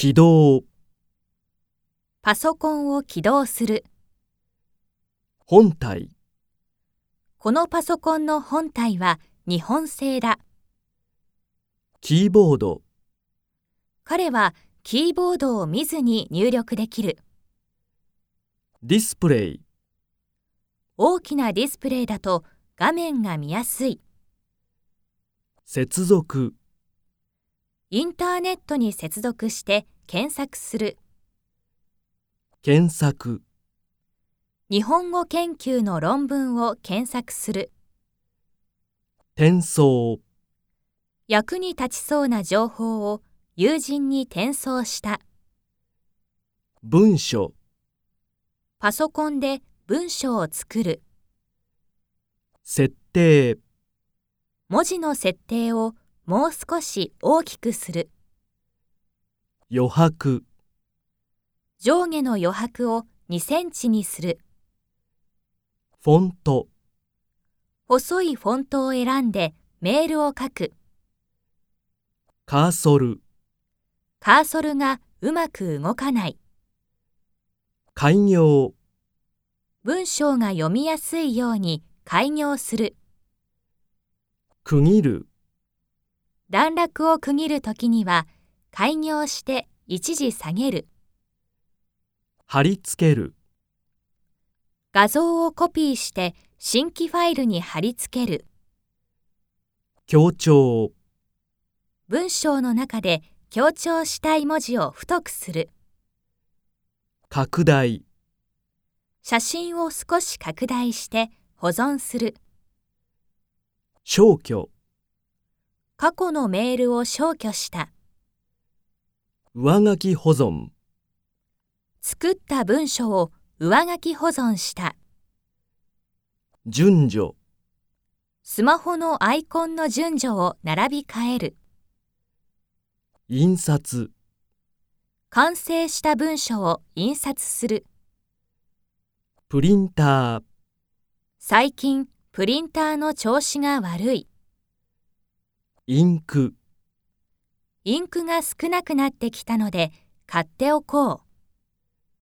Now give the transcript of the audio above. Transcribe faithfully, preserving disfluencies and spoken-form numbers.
起動、 パソコンを起動する。 本体、 このパソコンの本体は日本製だ。 キーボード、 彼はキーボードを見ずに入力できる。 ディスプレイ、 大きなディスプレイだと画面が見やすい。 接続、 インターネットに接続して検索する。 検索、 日本語研究の論文を検索する。 転送、 役に立ちそうな情報を友人に転送した。 文書、 パソコンで文章を作る。 設定、 文字の設定をもう少し大きくする。 余白、 上下の余白をにセンチにする。 フォント、 細いフォントを選んでメールを書く。 カーソル、 カーソルがうまく動かない。 開業、 文章が読みやすいように開業する。 区切る、 段落を区切るときには開業して一時下げる。 貼り付ける、 画像をコピーして新規ファイルに貼り付ける。 強調、 文章の中で強調したい文字を太くする。 拡大、 写真を少し拡大して保存する。 消去、 過去のメールを消去した。 上書き保存、 作った文書を上書き保存した。 順序、 スマホのアイコンの順序を並び替える。 印刷、 完成した文書を印刷する。 プリンター、 最近プリンターの調子が悪い。 インク、 インクが少なくなってきたので買っておこう。